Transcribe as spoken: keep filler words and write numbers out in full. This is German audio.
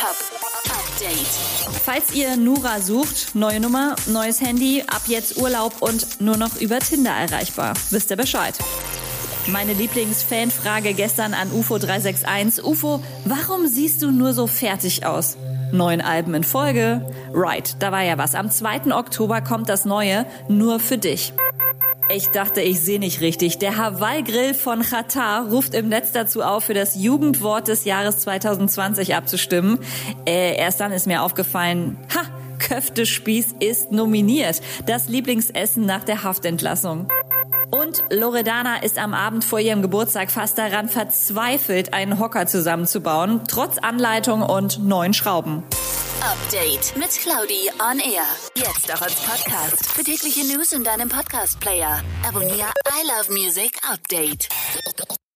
Top Update. Falls ihr Nura sucht, neue Nummer, neues Handy, ab jetzt Urlaub und nur noch über Tinder erreichbar. Wisst ihr Bescheid? Meine Lieblingsfanfrage gestern an U F O drei sechs eins. U F O, warum siehst du nur so fertig aus? Neun Alben in Folge? Right, da war ja was. Am zweiten Oktober kommt das Neue, nur für dich. Ich dachte, ich sehe nicht richtig. Der Hawaii-Grill von Katar ruft im Netz dazu auf, für das Jugendwort des Jahres zwanzig zwanzig abzustimmen. Äh, erst dann ist mir aufgefallen, ha, Köftespieß ist nominiert. Das Lieblingsessen nach der Haftentlassung. Und Loredana ist am Abend vor ihrem Geburtstag fast daran verzweifelt, einen Hocker zusammenzubauen, trotz Anleitung und neuen Schrauben. Update mit Claudi on Air. Jetzt auch als Podcast. Für tägliche News in deinem Podcast-Player. Abonniere I Love Music Update.